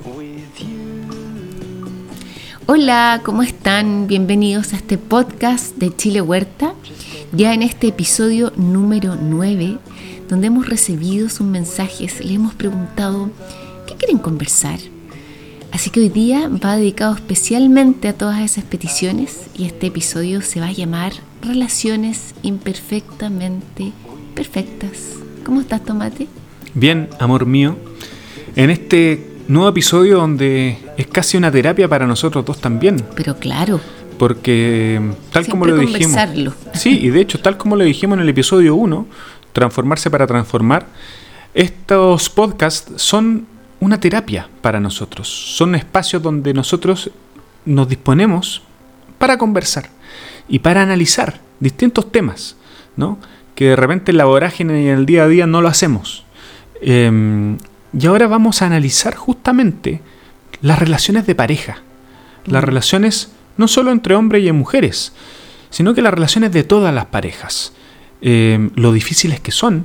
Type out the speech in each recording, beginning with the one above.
Hola, ¿cómo están? Bienvenidos a este podcast de Chile Huerta, ya en este episodio número 9, donde hemos recibido sus mensajes, les hemos preguntado ¿qué quieren conversar? Así que hoy día va dedicado especialmente a todas esas peticiones y este episodio se va a llamar Relaciones imperfectamente perfectas. ¿Cómo estás, Tomate? Bien, amor mío, en este nuevo episodio donde es casi una terapia para nosotros dos también. Pero claro. Porque tal siempre como lo dijimos. Sí, y de hecho, tal como lo dijimos en el episodio 1, Transformarse para Transformar, estos podcasts son una terapia para nosotros. Son espacios donde nosotros nos disponemos para conversar y para analizar distintos temas, ¿no? Que de repente en la vorágine y en el día a día no lo hacemos. Y ahora vamos a analizar justamente las relaciones de pareja. Las relaciones no solo entre hombres y mujeres, sino que las relaciones de todas las parejas. Lo difíciles que son,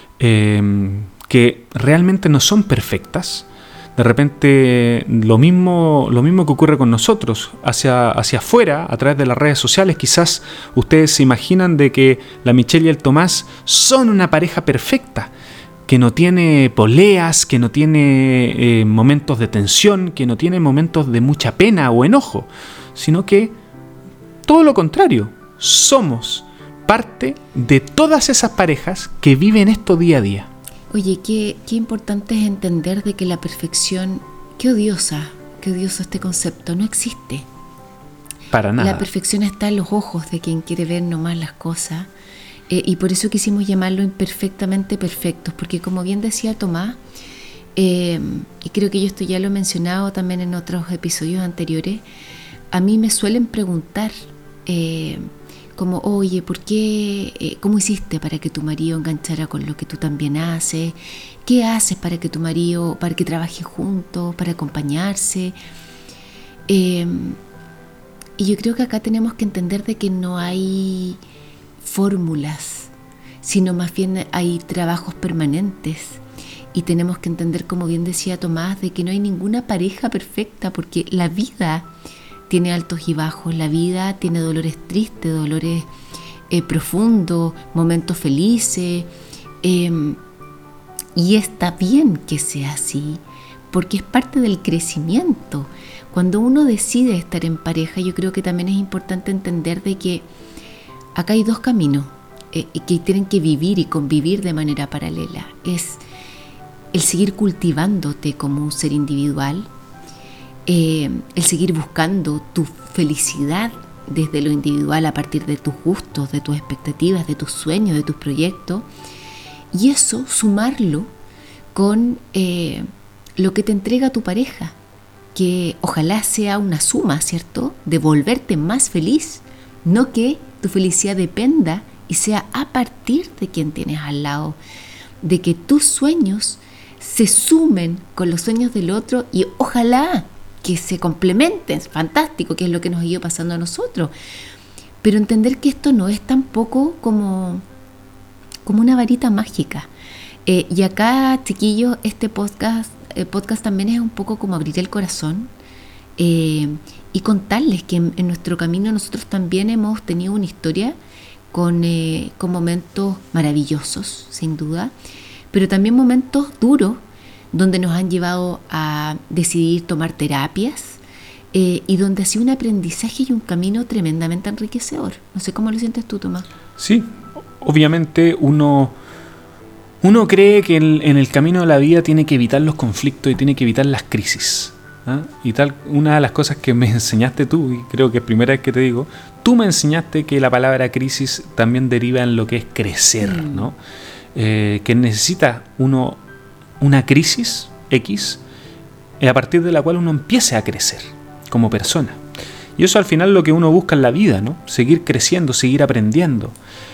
que realmente no son perfectas. De repente lo mismo que ocurre con nosotros, hacia afuera, a través de las redes sociales, quizás ustedes se imaginan de que la Michelle y el Tomás son una pareja perfecta, que no tiene poleas, que no tiene momentos de tensión, que no tiene momentos de mucha pena o enojo, sino que todo lo contrario, somos parte de todas esas parejas que viven esto día a día. Oye, qué importante es entender de que la perfección, qué odioso este concepto, no existe. Para nada. La perfección está en los ojos de quien quiere ver nomás las cosas. Y por eso quisimos llamarlo imperfectamente perfectos, porque como bien decía Tomás, y creo que yo esto ya lo he mencionado también en otros episodios anteriores, a mí me suelen preguntar como, oye, ¿por qué? ¿Cómo hiciste para que tu marido enganchara con lo que tú también haces? ¿Qué haces para que tu marido, para que trabajen juntos, para acompañarse? Y yo creo que acá tenemos que entender de que no hay fórmulas, sino más bien hay trabajos permanentes y tenemos que entender, como bien decía Tomás, de que no hay ninguna pareja perfecta, porque la vida tiene altos y bajos, la vida tiene dolores tristes, dolores profundos, momentos felices, y está bien que sea así, porque es parte del crecimiento. Cuando uno decide estar en pareja, yo creo que también es importante entender de que acá hay dos caminos que tienen que vivir y convivir de manera paralela. Es el seguir cultivándote como un ser individual, el seguir buscando tu felicidad desde lo individual a partir de tus gustos, de tus expectativas, de tus sueños, de tus proyectos, y eso sumarlo con lo que te entrega tu pareja, que ojalá sea una suma, ¿cierto?, de volverte más feliz, no que tu felicidad dependa y sea a partir de quien tienes al lado, de que tus sueños se sumen con los sueños del otro y ojalá que se complementen. Fantástico, que es lo que nos ha ido pasando a nosotros, pero entender que esto no es tampoco como una varita mágica. Y acá, chiquillos, este podcast también es un poco como abrir el corazón y contarles que en nuestro camino nosotros también hemos tenido una historia con momentos maravillosos, sin duda, pero también momentos duros donde nos han llevado a decidir tomar terapias y donde ha sido un aprendizaje y un camino tremendamente enriquecedor. No sé cómo lo sientes tú, Tomás. Sí, obviamente uno cree que en el camino de la vida tiene que evitar los conflictos y tiene que evitar las crisis. Y tal, una de las cosas que me enseñaste tú, y creo que es primera vez que te digo, tú me enseñaste que la palabra crisis también deriva en lo que es crecer, ¿no? Que necesita uno una crisis X a partir de la cual uno empiece a crecer como persona. Y eso al final es lo que uno busca en la vida, ¿no? Seguir creciendo, seguir aprendiendo.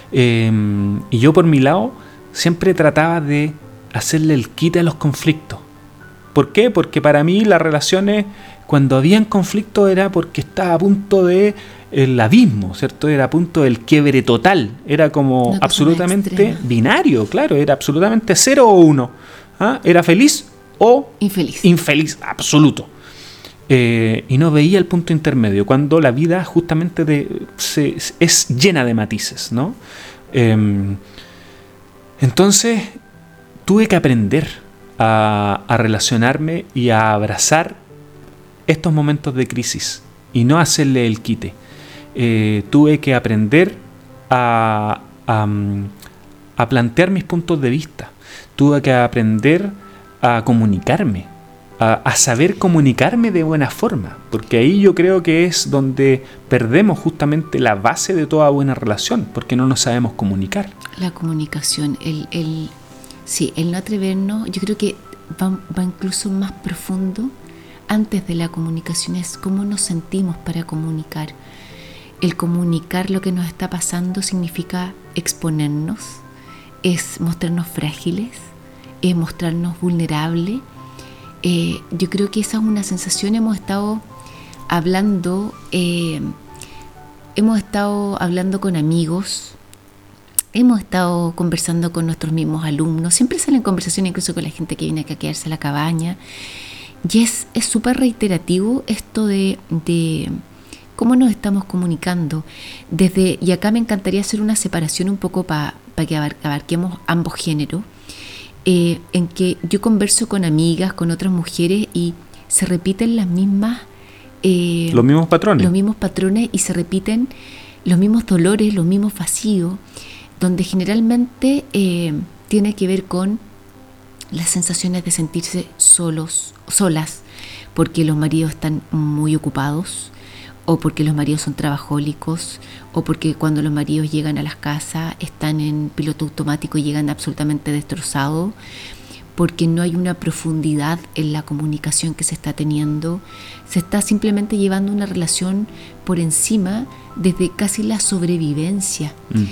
Y yo por mi lado siempre trataba de hacerle el quite a los conflictos. ¿Por qué? Porque para mí las relaciones, cuando habían conflicto, era porque estaba a punto de el abismo, ¿cierto? Era a punto del quiebre total. Era como absolutamente binario, claro, era absolutamente 0 o 1. ¿Ah? Era feliz o infeliz. Infeliz, absoluto. Y no veía el punto intermedio, cuando la vida justamente es llena de matices, ¿no? Entonces tuve que aprender a relacionarme y a abrazar estos momentos de crisis y no hacerle el quite. Tuve que aprender a plantear mis puntos de vista. Tuve que aprender a comunicarme, a saber comunicarme de buena forma, porque ahí yo creo que es donde perdemos justamente la base de toda buena relación, porque no nos sabemos comunicar. La comunicación, el no atrevernos, yo creo que va incluso más profundo. Antes de la comunicación es cómo nos sentimos para comunicar. El comunicar lo que nos está pasando significa exponernos, es mostrarnos frágiles, es mostrarnos vulnerables. Yo creo que esa es una sensación. Hemos estado hablando con amigos, hemos estado conversando con nuestros mismos alumnos, siempre salen conversaciones incluso con la gente que viene acá a quedarse a la cabaña, y es súper reiterativo esto de cómo nos estamos comunicando. Y acá me encantaría hacer una separación un poco para que abarquemos ambos géneros, en que yo converso con amigas, con otras mujeres, y se repiten los mismos patrones, y se repiten los mismos dolores, los mismos vacíos, donde generalmente tiene que ver con las sensaciones de sentirse solas, porque los maridos están muy ocupados, o porque los maridos son trabajólicos, o porque cuando los maridos llegan a las casas están en piloto automático y llegan absolutamente destrozados, porque no hay una profundidad en la comunicación que se está teniendo. Se está simplemente llevando una relación por encima desde casi la sobrevivencia.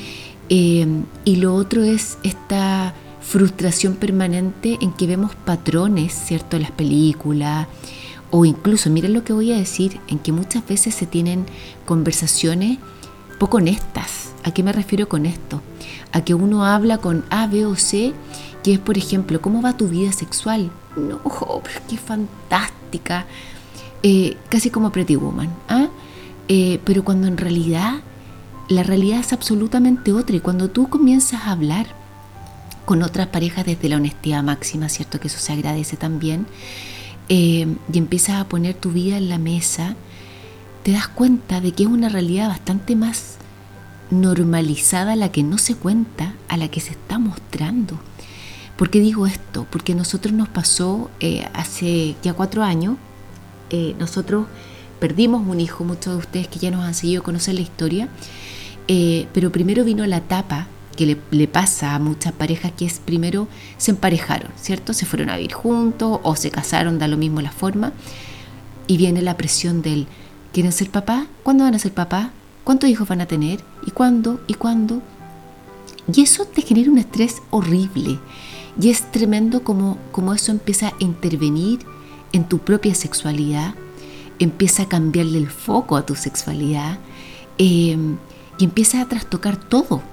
Y lo otro es esta frustración permanente en que vemos patrones, ¿cierto?, en las películas, o incluso, miren lo que voy a decir, en que muchas veces se tienen conversaciones poco honestas. ¿A qué me refiero con esto? A que uno habla con A, B o C, que es, por ejemplo, ¿cómo va tu vida sexual? No, pero qué fantástica. Casi como Pretty Woman. Pero cuando en realidad, la realidad es absolutamente otra. Y cuando tú comienzas a hablar con otras parejas desde la honestidad máxima, ¿cierto?, que eso se agradece también, y empiezas a poner tu vida en la mesa, te das cuenta de que es una realidad bastante más normalizada, la que no se cuenta, a la que se está mostrando. ¿Por qué digo esto? Porque a nosotros nos pasó hace ya 4 años, nosotros perdimos un hijo, muchos de ustedes que ya nos han seguido conocen la historia, pero primero vino la etapa que le pasa a muchas parejas, que es primero se emparejaron, ¿cierto? Se fueron a vivir juntos o se casaron, da lo mismo la forma, y viene la presión del ¿quieren ser papá? ¿Cuándo van a ser papá? ¿Cuántos hijos van a tener? ¿Y cuándo? ¿Y cuándo? Y eso te genera un estrés horrible, y es tremendo como eso empieza a intervenir en tu propia sexualidad, empieza a cambiarle el foco a tu sexualidad, y empieza a trastocar todo.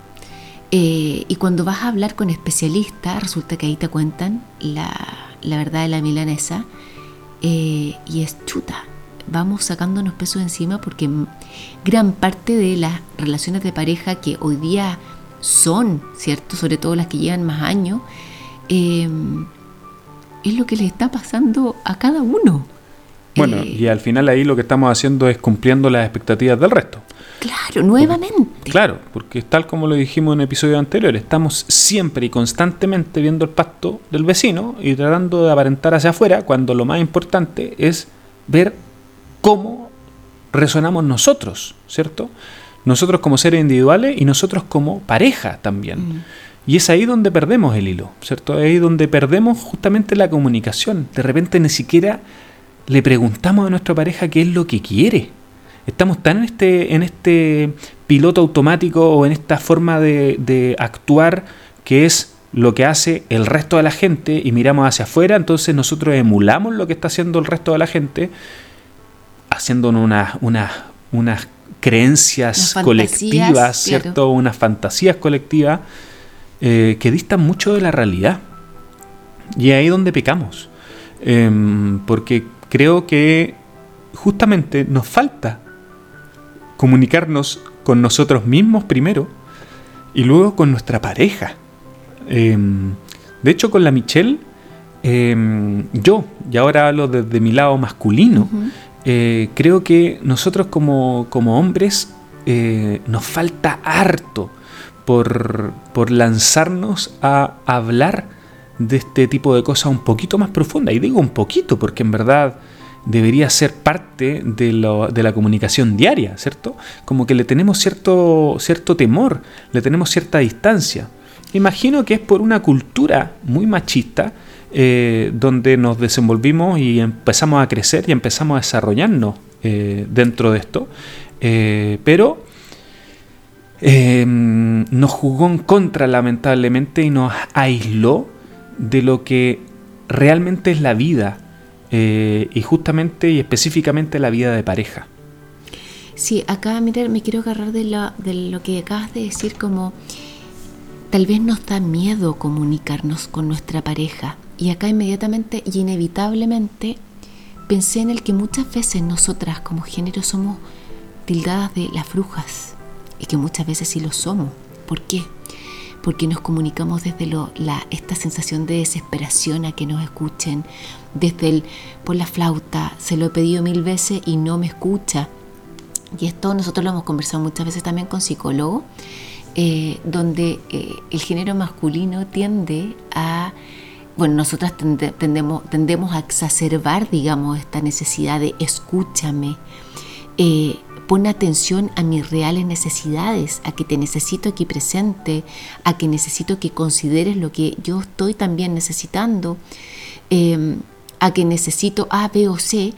Y cuando vas a hablar con especialistas, resulta que ahí te cuentan la verdad de la milanesa, y es chuta. Vamos sacándonos peso de encima, porque gran parte de las relaciones de pareja que hoy día son, ¿cierto?, sobre todo las que llevan más años, es lo que le está pasando a cada uno. Bueno, y al final ahí lo que estamos haciendo es cumpliendo las expectativas del resto. Claro, nuevamente. Claro, porque tal como lo dijimos en episodios anteriores, estamos siempre y constantemente viendo el pasto del vecino y tratando de aparentar hacia afuera, cuando lo más importante es ver cómo resonamos nosotros, ¿cierto? Nosotros como seres individuales y nosotros como pareja también. Y es ahí donde perdemos el hilo, ¿cierto? Es ahí donde perdemos justamente la comunicación. De repente ni siquiera le preguntamos a nuestra pareja qué es lo que quiere. Estamos tan en este piloto automático, o en esta forma de actuar, que es lo que hace el resto de la gente, y miramos hacia afuera. Entonces nosotros emulamos lo que está haciendo el resto de la gente, haciéndonos unas creencias colectivas, ¿cierto? Claro. Unas fantasías colectivas que distan mucho de la realidad. Y es ahí donde pecamos. porque creo que justamente nos falta comunicarnos con nosotros mismos primero y luego con nuestra pareja. De hecho, con la Michelle, yo, y ahora hablo desde mi lado masculino, creo que nosotros como hombres nos falta harto por lanzarnos a hablar de este tipo de cosas un poquito más profundas. Y digo un poquito porque en verdad debería ser parte de la comunicación diaria, ¿cierto? Como que le tenemos cierto temor, le tenemos cierta distancia. Imagino que es por una cultura muy machista, donde nos desenvolvimos y empezamos a crecer y empezamos a desarrollarnos dentro de esto, pero nos jugó en contra, lamentablemente, y nos aisló de lo que realmente es la vida, y justamente y específicamente la vida de pareja. Sí, acá, mira, me quiero agarrar de lo que acabas de decir, como tal vez nos da miedo comunicarnos con nuestra pareja. Y acá inmediatamente y inevitablemente pensé en el que muchas veces nosotras como género somos tildadas de las brujas, y que muchas veces sí lo somos. ¿Por qué? Porque nos comunicamos desde esta sensación de desesperación a que nos escuchen, desde por la flauta, se lo he pedido 1000 veces y no me escucha. Y esto nosotros lo hemos conversado muchas veces también con psicólogos, donde el género masculino tiende a... Bueno, nosotras tendemos a exacerbar, digamos, esta necesidad de escúchame, pon atención a mis reales necesidades, a que te necesito aquí presente, a que necesito que consideres lo que yo estoy también necesitando, a que necesito A, B o C.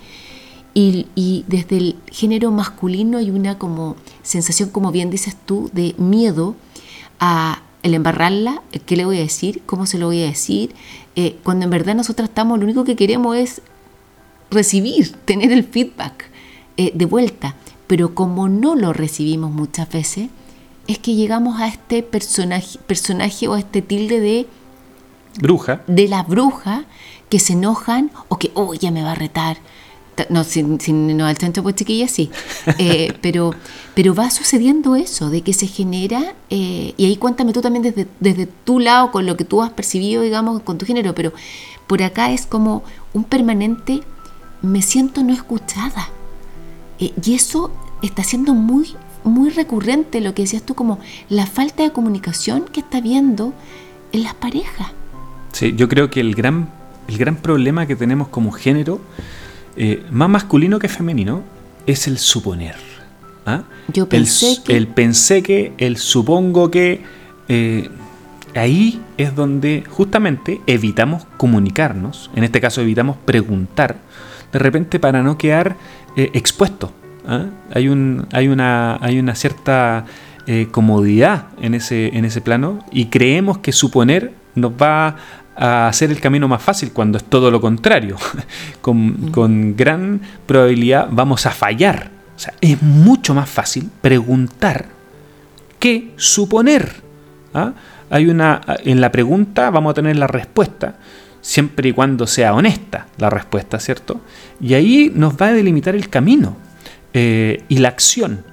Y desde el género masculino hay una como sensación, como bien dices tú, de miedo a el embarrarla, qué le voy a decir, cómo se lo voy a decir, cuando en verdad nosotros lo único que queremos es recibir, tener el feedback de vuelta. Pero como no lo recibimos muchas veces, es que llegamos a este personaje o a este tilde de bruja, de la bruja, que se enojan o que, ya me va a retar. No, sin no al chancho, pues chiquilla, sí. Pero va sucediendo eso, de que se genera, y ahí cuéntame tú también desde tu lado, con lo que tú has percibido, digamos, con tu género, pero por acá es como un permanente, me siento no escuchada. Y eso está siendo muy, muy recurrente, lo que decías tú, como la falta de comunicación que está habiendo en las parejas. Sí, yo creo que el gran problema que tenemos como género, más masculino que femenino, es el suponer. ¿Ah? Yo pensé el pensé que, el supongo que, ahí es donde justamente evitamos comunicarnos, en este caso evitamos preguntar, de repente para no quedar expuestos. ¿Ah? Hay una cierta comodidad en ese plano, y creemos que suponer nos va a hacer el camino más fácil, cuando es todo lo contrario. Con gran probabilidad vamos a fallar. O sea, es mucho más fácil preguntar que suponer. ¿Ah? En la pregunta vamos a tener la respuesta, siempre y cuando sea honesta la respuesta, ¿cierto? Y ahí nos va a delimitar el camino y la acción.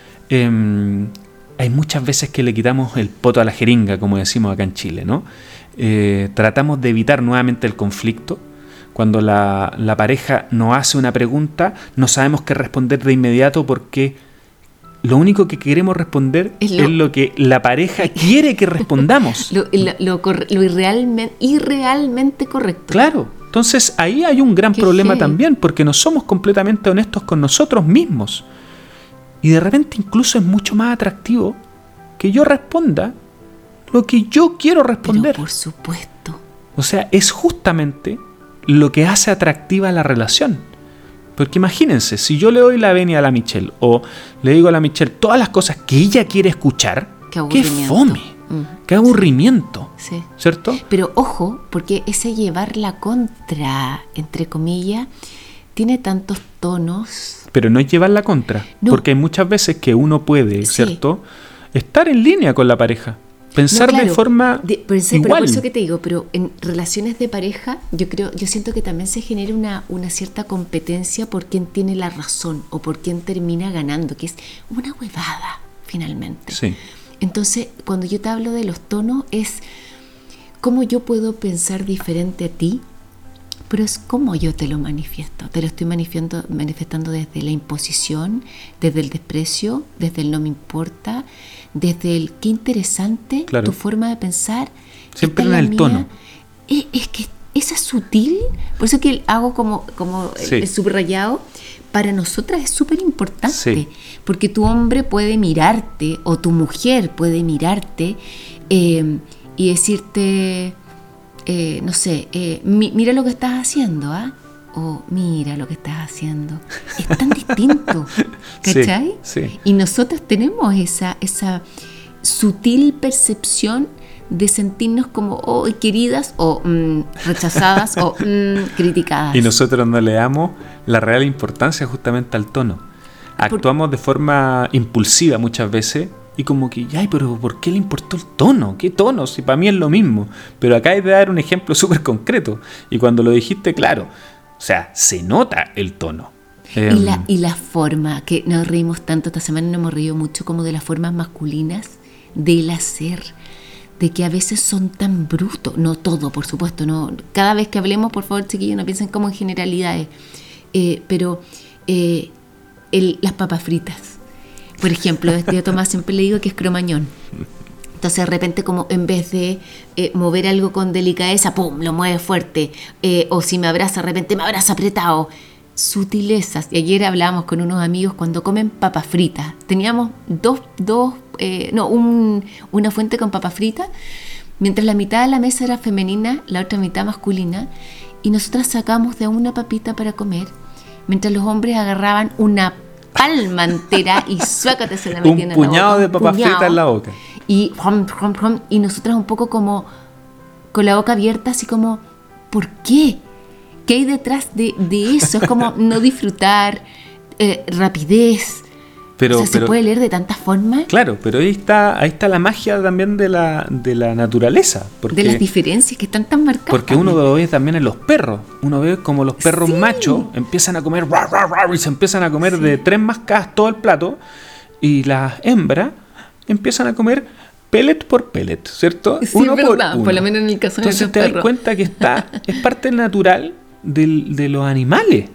Hay muchas veces que le quitamos el poto a la jeringa, como decimos acá en Chile, ¿no? Tratamos de evitar nuevamente el conflicto. Cuando la pareja nos hace una pregunta, no sabemos qué responder de inmediato, porque lo único que queremos responder es lo que la pareja quiere que respondamos. Lo irrealmente correcto. Claro. Entonces ahí hay un gran problema también, porque no somos completamente honestos con nosotros mismos. Y de repente incluso es mucho más atractivo que yo responda lo que yo quiero responder. Pero por supuesto. O sea, es justamente lo que hace atractiva la relación. Porque imagínense, si yo le doy la venia a la Michelle, o le digo a la Michelle todas las cosas que ella quiere escuchar, qué fome, qué aburrimiento, sí. ¿Cierto? Pero ojo, porque ese llevar la contra, entre comillas, tiene tantos tonos. Pero no es llevar la contra, porque hay muchas veces que uno puede, sí, ¿cierto?, estar en línea con la pareja. pensar de forma pero igual. por eso que te digo, pero en relaciones de pareja, yo siento que también se genera una cierta competencia por quién tiene la razón o por quién termina ganando, que es una huevada, finalmente. Sí. Entonces, cuando yo te hablo de los tonos, es cómo yo puedo pensar diferente a ti, pero es cómo yo te lo manifiesto. Te lo estoy manifestando desde la imposición, desde el desprecio, desde el no me importa, desde el qué interesante, claro, tu forma de pensar. Siempre en el tono. Es que esa es sutil, por eso que hago como sí, el subrayado. Para nosotras es súper importante, sí, porque tu hombre puede mirarte o tu mujer puede mirarte y decirte, no sé, mira lo que estás haciendo, ¿ah? O mira lo que estás haciendo. Es tan distinto, ¿cachai? Sí, sí. Y nosotros tenemos esa sutil percepción de sentirnos como queridas o rechazadas o criticadas. Y nosotros no le damos la real importancia justamente al tono. Actuamos de forma impulsiva muchas veces y como que, ay, pero ¿por qué le importó el tono? ¿Qué tono? Si para mí es lo mismo. Pero acá hay de dar un ejemplo súper concreto. Y cuando lo dijiste, claro, o sea, se nota el tono. Y la forma, que nos reímos tanto esta semana, nos hemos reído mucho como de las formas masculinas del hacer, de que a veces son tan brutos, no todo, por supuesto, no. Cada vez que hablemos, por favor, chiquillos, no piensen como en generalidades, pero las papas fritas, por ejemplo, a Tomás siempre le digo que es cromañón. Entonces de repente, como en vez de mover algo con delicadeza, ¡pum!, lo mueve fuerte, o si me abraza, de repente me abraza apretado. Sutilezas. Y ayer hablábamos con unos amigos cuando comen papas fritas. Teníamos una fuente con papas fritas, mientras la mitad de la mesa era femenina, la otra mitad masculina, y nosotras sacamos de una papita para comer, mientras los hombres agarraban una palma entera y suácate se la metían en la boca. Un puñado de papas fritas en la boca. Y nosotras un poco como con la boca abierta, así como, ¿por qué? ¿Qué hay detrás de eso? Es como no disfrutar, rapidez. Pero se puede leer de tantas formas. Claro, pero ahí está la magia también de la naturaleza. De las diferencias que están tan marcadas. Porque uno lo ve también en los perros. Uno ve como los perros machos empiezan a comer y se empiezan a comer de 3 mascadas todo el plato. Y las hembras empiezan a comer pellet por pellet, ¿cierto? Sí, uno por uno. Por lo menos en el caso de los perros. Entonces te das cuenta que es parte natural de los animales.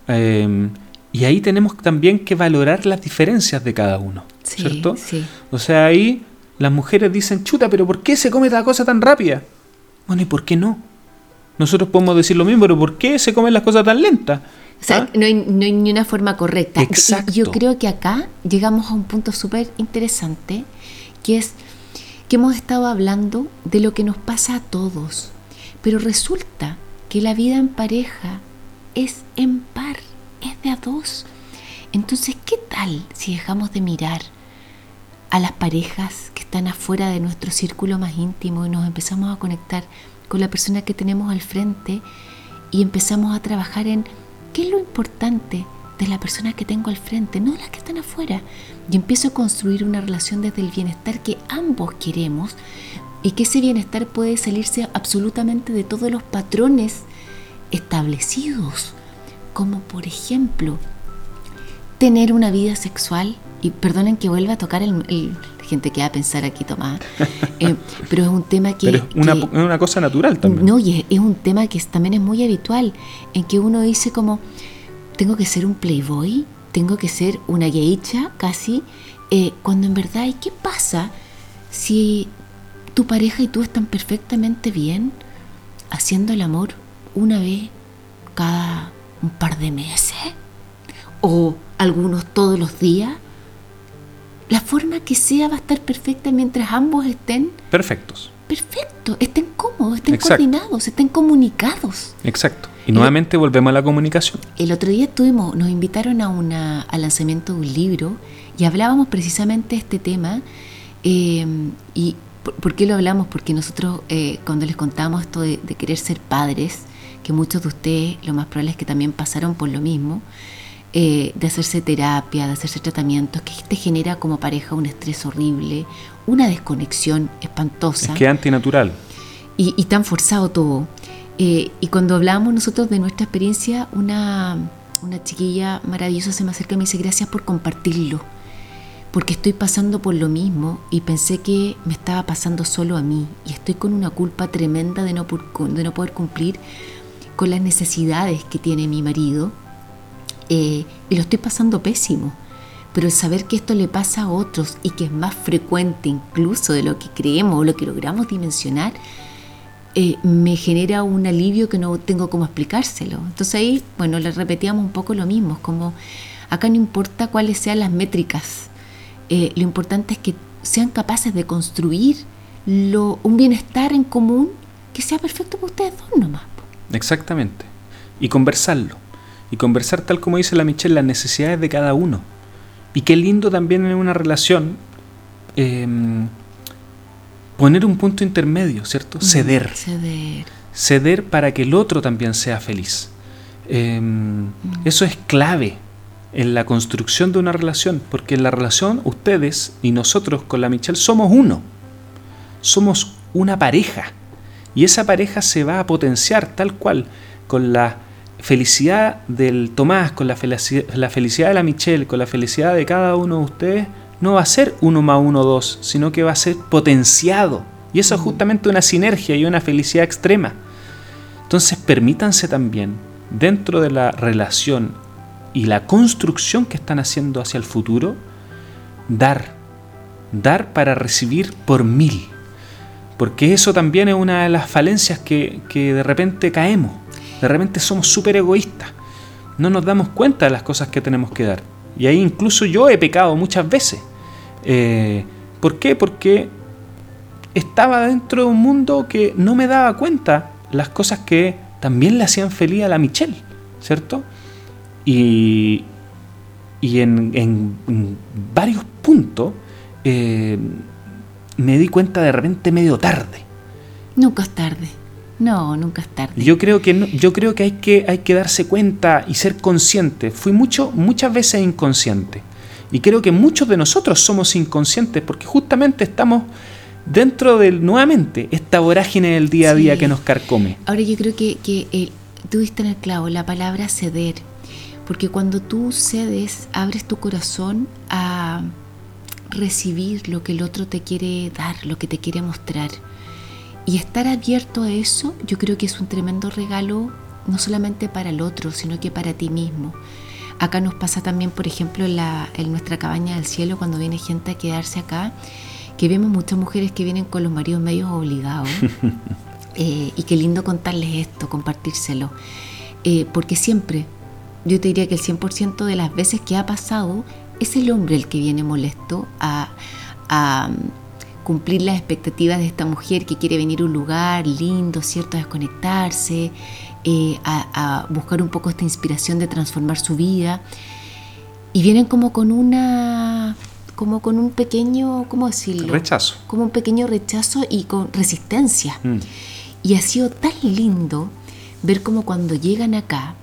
Y ahí tenemos también que valorar las diferencias de cada uno, ¿cierto? Sí. O sea, ahí las mujeres dicen, chuta, pero ¿por qué se come esta cosa tan rápida? Bueno, ¿y por qué no? Nosotros podemos decir lo mismo, pero ¿por qué se comen las cosas tan lentas? O sea, no hay ni una forma correcta. Exacto. Yo creo que acá llegamos a un punto súper interesante, que es que hemos estado hablando de lo que nos pasa a todos, pero resulta que la vida en pareja es en par, es de a dos. Entonces, ¿qué tal si dejamos de mirar a las parejas que están afuera de nuestro círculo más íntimo y nos empezamos a conectar con la persona que tenemos al frente y empezamos a trabajar en qué es lo importante de la persona que tengo al frente, no las que están afuera? Y empiezo a construir una relación desde el bienestar que ambos queremos y que ese bienestar puede salirse absolutamente de todos los patrones establecidos, como por ejemplo tener una vida sexual, y perdonen que vuelva a tocar gente que va a pensar aquí, Tomás, pero es un tema que... Pero es una cosa natural también. No, y es un tema que también es muy habitual, en que uno dice como, tengo que ser un playboy, tengo que ser una geisha casi, cuando en verdad, ¿y qué pasa si tu pareja y tú están perfectamente bien haciendo el amor una vez cada un par de meses? O algunos todos los días. La forma que sea va a estar perfecta mientras ambos estén perfectos, estén cómodos, estén coordinados, estén comunicados. Exacto. Y nuevamente volvemos a la comunicación. El otro día nos invitaron al lanzamiento de un libro y hablábamos precisamente de este tema. Y ¿por qué lo hablamos? Porque nosotros cuando les contamos esto de querer ser padres, que muchos de ustedes lo más probable es que también pasaron por lo mismo, de hacerse terapia, de hacerse tratamientos, que te genera como pareja un estrés horrible, una desconexión espantosa. Es que es antinatural. Y tan forzado todo. Y cuando hablábamos nosotros de nuestra experiencia, una chiquilla maravillosa se me acerca y me dice: gracias por compartirlo, porque estoy pasando por lo mismo y pensé que me estaba pasando solo a mí y estoy con una culpa tremenda de no poder cumplir con las necesidades que tiene mi marido, y lo estoy pasando pésimo. Pero el saber que esto le pasa a otros y que es más frecuente incluso de lo que creemos o lo que logramos dimensionar, me genera un alivio que no tengo cómo explicárselo. Entonces ahí, bueno, le repetíamos un poco lo mismo, como acá no importa cuáles sean las métricas, lo importante es que sean capaces de construir un bienestar en común que sea perfecto para ustedes dos nomás. Exactamente. Y conversarlo. Y conversar, tal como dice la Michelle, las necesidades de cada uno. Y qué lindo también en una relación poner un punto intermedio, ¿cierto? Ceder. Ceder para que el otro también sea feliz. Eso es clave en la construcción de una relación, porque en la relación ustedes y nosotros con la Michelle somos uno. Somos una pareja. Y esa pareja se va a potenciar tal cual con la felicidad del Tomás, con la felicidad de la Michelle, con la felicidad de cada uno de ustedes. No va a ser 1 más 1, 2, sino que va a ser potenciado. Y eso es justamente una sinergia y una felicidad extrema. Entonces permítanse también, dentro de la relación y la construcción que están haciendo hacia el futuro, dar para recibir por 1000. Porque eso también es una de las falencias que de repente caemos. De repente somos súper egoístas. No nos damos cuenta de las cosas que tenemos que dar. Y ahí incluso yo he pecado muchas veces. ¿Por qué? Porque estaba dentro de un mundo que no me daba cuenta las cosas que también le hacían feliz a la Michelle, ¿cierto? Y en varios puntos me di cuenta de repente medio tarde. Nunca es tarde. No, nunca es tarde. Yo creo que hay que darse cuenta y ser consciente. Fui muchas veces inconsciente. Y creo que muchos de nosotros somos inconscientes porque justamente estamos dentro del, nuevamente, esta vorágine del día a día que nos carcome. Ahora yo creo que tú diste en el clavo, la palabra ceder. Porque cuando tú cedes, abres tu corazón a recibir lo que el otro te quiere dar, lo que te quiere mostrar. Y estar abierto a eso, yo creo que es un tremendo regalo, no solamente para el otro, sino que para ti mismo. Acá nos pasa también, por ejemplo, en nuestra cabaña del cielo, cuando viene gente a quedarse acá, que vemos muchas mujeres que vienen con los maridos medios obligados. Y qué lindo contarles esto, compartírselo. Porque siempre, yo te diría que el 100% de las veces que ha pasado, es el hombre el que viene molesto a cumplir las expectativas de esta mujer que quiere venir a un lugar lindo, ¿cierto? A desconectarse, a buscar un poco esta inspiración de transformar su vida. Y vienen como con un pequeño, ¿cómo decirlo? Rechazo. Como un pequeño rechazo y con resistencia. Y ha sido tan lindo ver cómo cuando llegan acá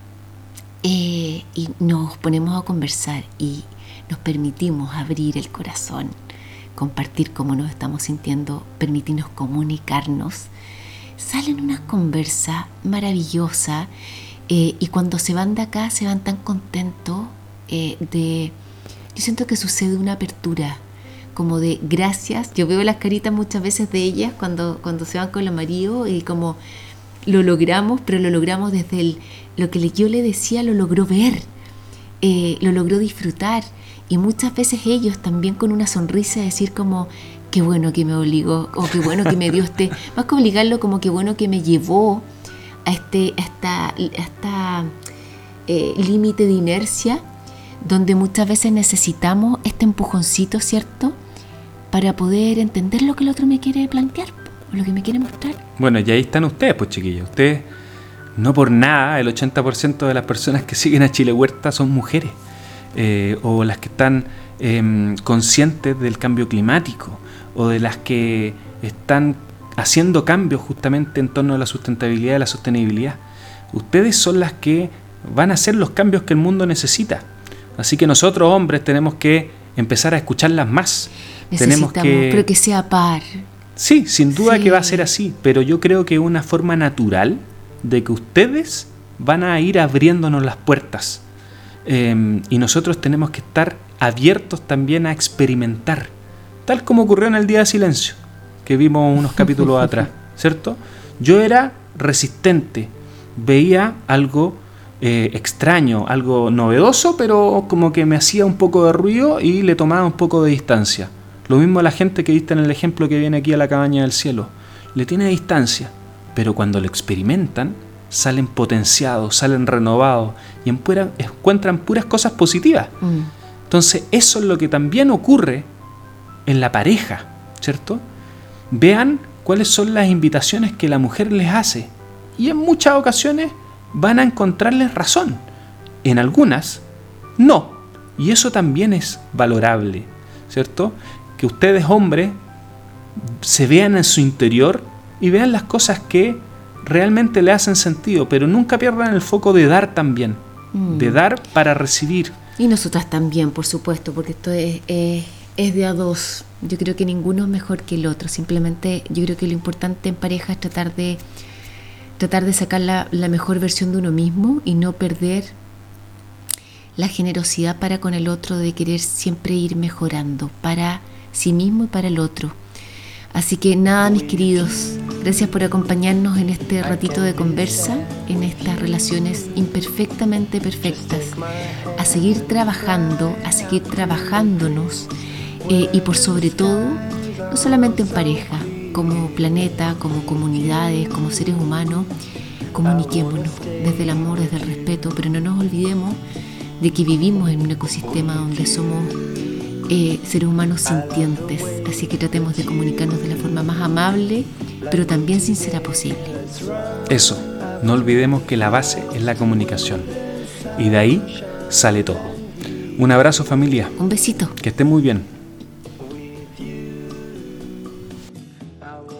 y nos ponemos a conversar y nos permitimos abrir el corazón, compartir cómo nos estamos sintiendo, permitirnos comunicarnos, salen unas conversas maravillosas, y cuando se van de acá se van tan contentos yo siento que sucede una apertura como de gracias. Yo veo las caritas muchas veces de ellas cuando se van con los maridos y como lo logramos, pero lo logramos desde lo que yo le decía, lo logró ver, lo logró disfrutar. Y muchas veces ellos también con una sonrisa decir como qué bueno que me obligó, o qué bueno que me dio más que obligarlo, como qué bueno que me llevó a esta límite de inercia, donde muchas veces necesitamos este empujoncito, ¿cierto? Para poder entender lo que el otro me quiere plantear, o lo que me quiere mostrar. Bueno, y ahí están ustedes, pues chiquillos. Ustedes, no por nada, el 80% de las personas que siguen a Chile Huerta son mujeres. O las que están conscientes del cambio climático, o de las que están haciendo cambios justamente en torno a la sustentabilidad y la sostenibilidad. Ustedes son las que van a ser los cambios que el mundo necesita. Así que nosotros, hombres, tenemos que empezar a escucharlas más. Necesitamos, pero que sea par. Sí, sin duda que va a ser así, pero yo creo que es una forma natural de que ustedes van a ir abriéndonos las puertas. Y nosotros tenemos que estar abiertos también a experimentar, tal como ocurrió en el Día de Silencio, que vimos unos capítulos atrás, ¿cierto? Yo era resistente, veía algo extraño, algo novedoso, pero como que me hacía un poco de ruido y le tomaba un poco de distancia. Lo mismo a la gente que viste en el ejemplo que viene aquí a la cabaña del cielo. Le tiene distancia, pero cuando lo experimentan, salen potenciados, salen renovados y encuentran puras cosas positivas. Entonces, eso es lo que también ocurre en la pareja, ¿cierto? Vean cuáles son las invitaciones que la mujer les hace y en muchas ocasiones van a encontrarles razón. En algunas, no. Y eso también es valorable, ¿cierto? Que ustedes, hombres, se vean en su interior y vean las cosas que realmente le hacen sentido, pero nunca pierdan el foco de dar también, de dar para recibir. Y nosotras también, por supuesto, porque esto es de a dos. Yo creo que ninguno es mejor que el otro. Simplemente yo creo que lo importante en pareja es tratar de sacar la mejor versión de uno mismo y no perder la generosidad para con el otro, de querer siempre ir mejorando para sí mismo y para el otro. Así que nada, mis queridos, gracias por acompañarnos en este ratito de conversa, en estas relaciones imperfectamente perfectas, a seguir trabajando, a seguir trabajándonos y por sobre todo, no solamente en pareja, como planeta, como comunidades, como seres humanos, comuniquémonos desde el amor, desde el respeto, pero no nos olvidemos de que vivimos en un ecosistema donde somos seres humanos sintientes, así que tratemos de comunicarnos de la forma más amable, pero también sincera posible. Eso, no olvidemos que la base es la comunicación y de ahí sale todo. Un abrazo, familia. Un besito. Que estén muy bien.